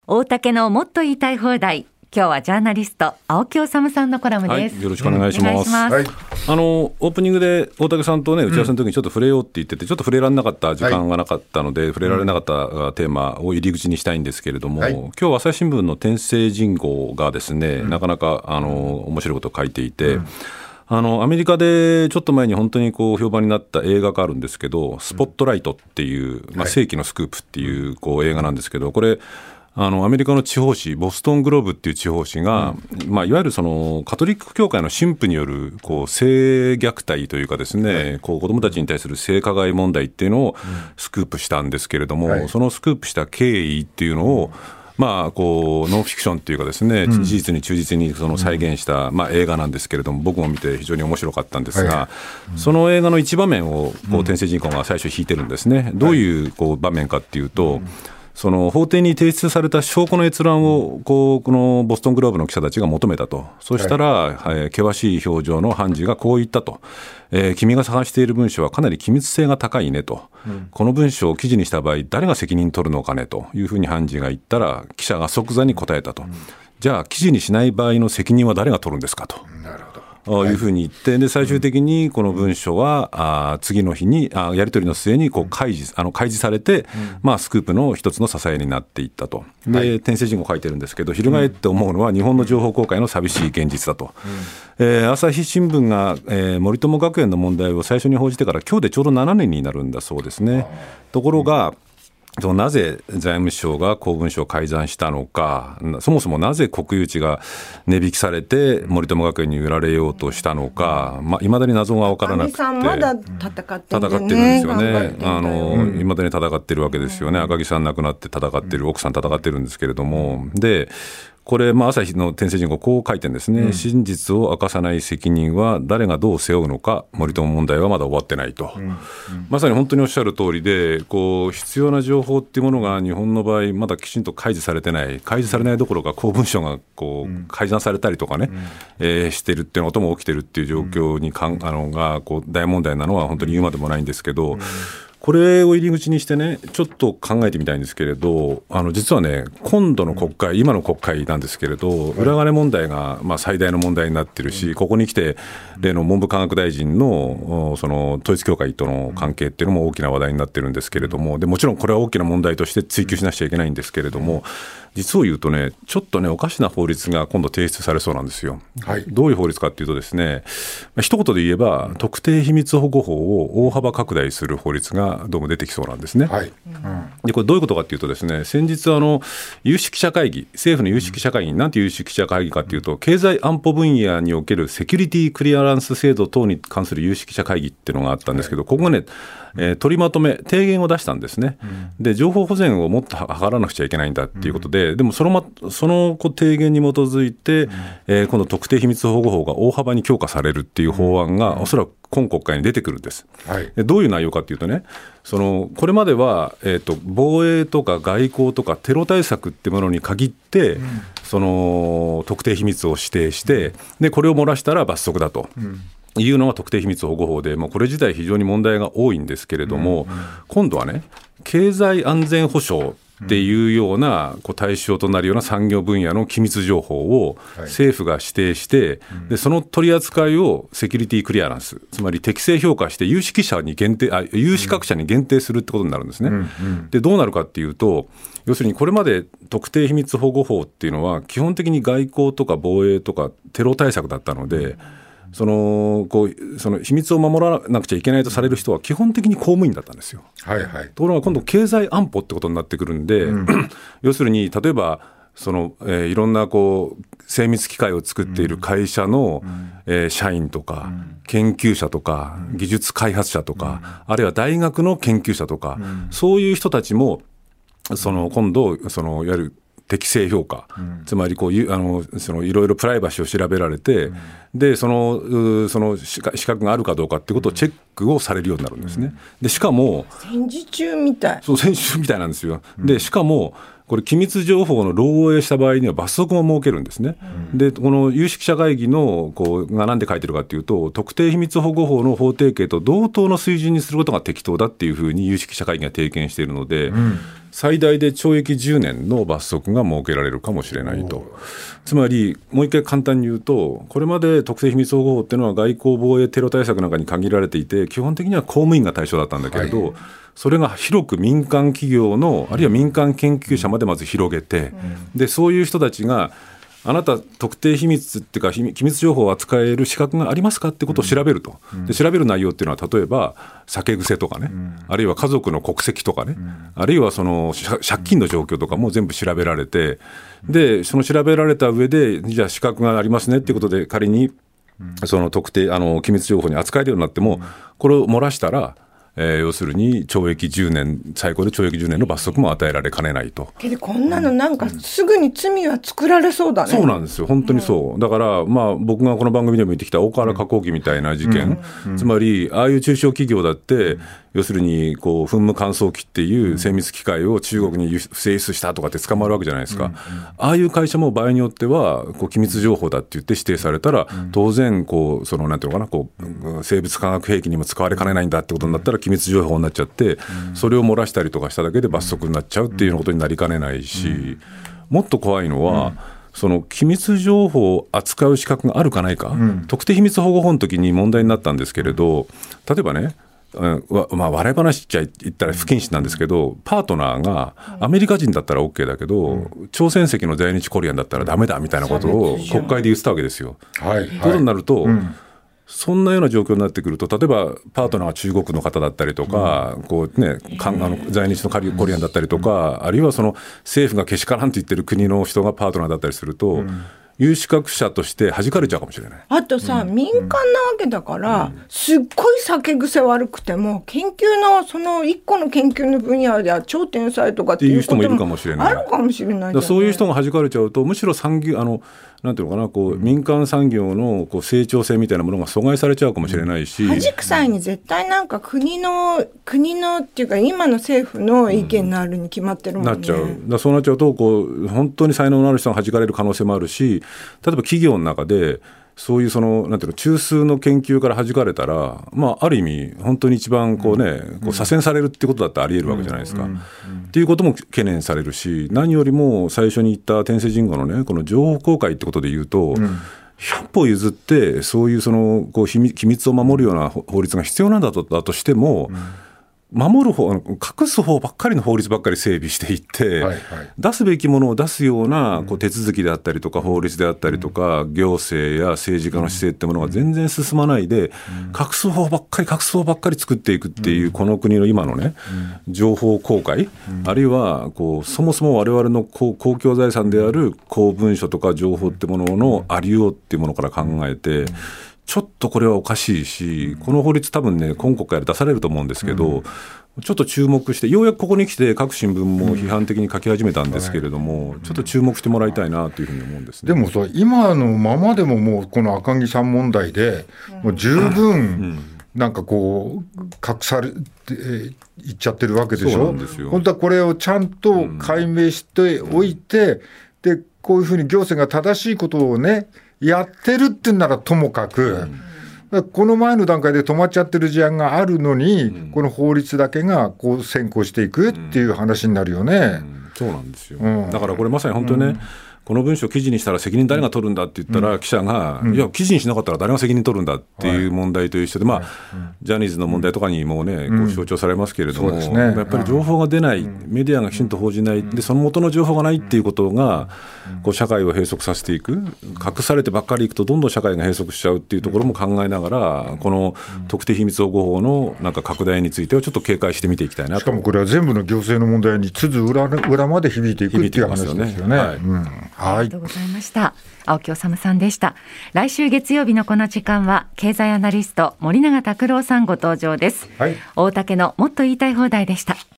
大竹のもっと言いたい放題。今日はジャーナリスト青木治さんのコラムです。 よろしくお願いします。オープニングで大竹さんとね打ち合わせの時にちょっと触れようって言ってて、ちょっと触れられなかった時間がなかったので、触れられなかったテーマを入り口にしたいんですけれども、今日朝日新聞の天星人号がですね、なかなか面白いことを書いていて、アメリカでちょっと前に本当にこう評判になった映画があるんですけど、スポットライトっていう、世紀のスクープっていう映画なんですけど、これアメリカの地方紙ボストングローブっていう地方紙が、いわゆるそのカトリック教会の神父による性虐待というかですね、子どもたちに対する性加害問題っていうのをスクープしたんですけれども、そのスクープした経緯っていうのをノンフィクションというかですね、事実に忠実にその再現した、映画なんですけれども、僕も見て非常に面白かったんですが、その映画の一場面を天星人号が最初引いてるんですね。どういう場面かっていうと、その法廷に提出された証拠の閲覧をこのボストングローブの記者たちが求めたと。そしたら、険しい表情の判事がこう言ったと、君が探している文書はかなり機密性が高いねと、この文書を記事にした場合誰が責任取るのかねというふうに判事が言ったら、記者が即座に答えたと、じゃあ記事にしない場合の責任は誰が取るんですかと。なるほど。いうふうに言って、で最終的にこの文書は次の日にやり取りの末に開示されて、スクープの一つの支えになっていったと。で天星人号書いてるんですけど、翻って思うのは日本の情報公開の寂しい現実だと。朝日新聞が、森友学園の問題を最初に報じてから今日でちょうど7年になるんだそうですね。ところがなぜ財務省が公文書を改ざんしたのか、そもそもなぜ国有地が値引きされて森友学園に売られようとしたのか、いまだに謎が分からなくて、 赤木さんまだ戦ってるんですよね。いまだに戦ってるわけですよね。赤木さん亡くなって戦ってる、奥さん戦ってるんですけれども、でこれ、朝日の天星人号こう書いてるんですね。真実を明かさない責任は誰がどう背負うのか、森友問題はまだ終わってないと。まさに本当におっしゃる通りで、必要な情報っていうものが日本の場合まだきちんと開示されてない、開示されないどころか公文書が改ざんされたりとかね、してるっていうことも起きてるっていう状況にが大問題なのは本当に言うまでもないんですけど、これを入り口にしてね、ちょっと考えてみたいんですけれど、実はね、今度の国会、今の国会なんですけれど、裏金問題が最大の問題になってるし、ここに来て例の文部科学大臣のその統一教会との関係っていうのも大きな話題になってるんですけれども、でもちろんこれは大きな問題として追及しなくちゃいけないんですけれども、実を言うとね、ちょっとねおかしな法律が今度提出されそうなんですよ。どういう法律かっていうとですね、一言で言えば特定秘密保護法を大幅拡大する法律がどうも出てきそうなんですね。でこれどういうことかっていうとですね、先日有識者会議、政府の有識者会議、なんていう有識者会議かっていうと、経済安保分野におけるセキュリティクリアランス制度等に関する有識者会議っていうのがあったんですけど、ここがね取りまとめ提言を出したんですね。で情報保全をもっと図らなくちゃいけないんだっていうことで、でもその提言に基づいて、今度特定秘密保護法が大幅に強化されるっていう法案がおそらく今国会に出てくるんです。でどういう内容かというとね、これまでは、防衛とか外交とかテロ対策ってものに限って、その特定秘密を指定して、でこれを漏らしたら罰則だと。いうのは特定秘密保護法で、これ自体非常に問題が多いんですけれども、今度はね、経済安全保障っていうような対象となるような産業分野の機密情報を政府が指定して、でその取り扱いをセキュリティクリアランス、つまり適正評価して有識者に有資格者に限定するってことになるんですね。でどうなるかっていうと、要するにこれまで特定秘密保護法っていうのは基本的に外交とか防衛とかテロ対策だったので、その秘密を守らなくちゃいけないとされる人は基本的に公務員だったんですよ。ところが今度経済安保ってことになってくるんで、要するに例えばいろんな精密機械を作っている会社の、社員とか、研究者とか、技術開発者とか、あるいは大学の研究者とか、そういう人たちも今度いわゆる適正評価、つまりいろいろプライバシーを調べられて、でその資格があるかどうかっていうことをチェックをされるようになるんですね。でしかも戦時中みたい。 そう、戦時中みたいなんですよ。でしかもこれ機密情報の漏洩した場合には罰則も設けるんですね。でこの有識者会議のが何で書いてるかというと、特定秘密保護法の法定刑と同等の水準にすることが適当だっていうふうに有識者会議が提言しているので、最大で懲役10年の罰則が設けられるかもしれないと。つまりもう一回簡単に言うと、これまで特定秘密保護法っていうのは外交防衛テロ対策なんかに限られていて、基本的には公務員が対象だったんだけれど、それが広く民間企業のあるいは民間研究者までまず広げて、でそういう人たちがあなた特定秘密っていうか機密情報を扱える資格がありますかってことを調べると。で調べる内容っていうのは例えば酒癖とかね、あるいは家族の国籍とかね、あるいはその借金の状況とかも全部調べられて、でその調べられた上でじゃあ資格がありますねっていうことで仮にその特定機密情報に扱えるようになっても、これを漏らしたら要するに懲役10年、最高で懲役10年の罰則も与えられかねないと。 けどこんなのなんかすぐに罪は作られそうだね。 そうなんですよ、本当にそう。だから、僕がこの番組でも言ってきた大川原化工機みたいな事件、つまりああいう中小企業だって、要するに噴霧乾燥機っていう精密機械を中国に不正輸出したとかって捕まるわけじゃないですか。ああいう会社も場合によっては機密情報だって言って指定されたら、当然そのなんていうのかな、生物化学兵器にも使われかねないんだってことになったら機密情報になっちゃって、それを漏らしたりとかしただけで罰則になっちゃうっていうようなことになりかねないし、もっと怖いのは、その機密情報を扱う資格があるかないか、特定秘密保護法の時に問題になったんですけれど、例えばね、笑い話っちゃ言ったら不謹慎なんですけど、パートナーがアメリカ人だったら OK だけど、朝鮮籍の在日コリアンだったらダメだみたいなことを国会で言ってたわけですよ。ということになると、そんなような状況になってくると、例えばパートナーが中国の方だったりとか、在日のコリアンだったりとか、あるいはその政府がけしからんと言ってる国の人がパートナーだったりすると、有資格者として弾かれちゃうかもしれない。 あとさ、民間なわけだから、すっごい酒癖悪くても研究のその一個の研究の分野では超天才とかっていうこともあるかもしれない。 だそういう人が弾かれちゃうと、むしろ産業なんていうのかな、民間産業の成長性みたいなものが阻害されちゃうかもしれないし、 弾く際に絶対なんか国のっていうか今の政府の意見になるに決まってるもんね。 なっちゃう。そうなっちゃうと本当に才能のある人が弾かれる可能性もあるし、例えば企業の中でそういうなんていうの、中枢の研究から弾かれたら、ある意味本当に一番左遷されるってことだってあり得るわけじゃないですか。っていうことも懸念されるし、何よりも最初に言った天聖人語のね、この情報公開ってことで言うと、100歩譲ってそういう機密を守るような法律が必要なんだとしても、守る方、隠す方ばっかりの法律ばっかり整備していって、出すべきものを出すような手続きであったりとか法律であったりとか、行政や政治家の姿勢ってものが全然進まないで、隠す方ばっかり作っていくっていう、この国の今のね、情報公開、あるいはそもそも我々の公共財産である公文書とか情報ってもののありようっていうものから考えて、ちょっとこれはおかしいし、この法律多分ね、今国会で出されると思うんですけど、ちょっと注目して、ようやくここに来て各新聞も批判的に書き始めたんですけれども、ちょっと注目してもらいたいなというふうに思うんですね。 でもさ、今のままでももうこの赤木さん問題でもう十分なんか隠されていっちゃってるわけでしょ。 そうなんですよ。 本当はこれをちゃんと解明しておいて、でこういうふうに行政が正しいことをねやってるってならともかく、この前の段階で止まっちゃってる事案があるのに、この法律だけが先行していくっていう話になるよね。 そうなんですよ。だからこれまさに本当にね、この文章を記事にしたら責任誰が取るんだって言ったら、記者が、いや記事にしなかったら誰が責任取るんだっていう問題と一緒で、ジャニーズの問題とかにもね、象徴されますけれども、やっぱり情報が出ない、メディアがきちんと報じないで、その元の情報がないっていうことが社会を閉塞させていく、隠されてばっかりいくとどんどん社会が閉塞しちゃうっていうところも考えながら、この特定秘密保護法のなんか拡大についてはちょっと警戒して見ていきたいなと。 しかもこれは全部の行政の問題につづ裏まで響いていくっていう話ですよね。 ありがとうございました。青木治さんでした。来週月曜日のこの時間は経済アナリスト森永卓郎さんご登場です。大竹のもっと言いたい放題でした。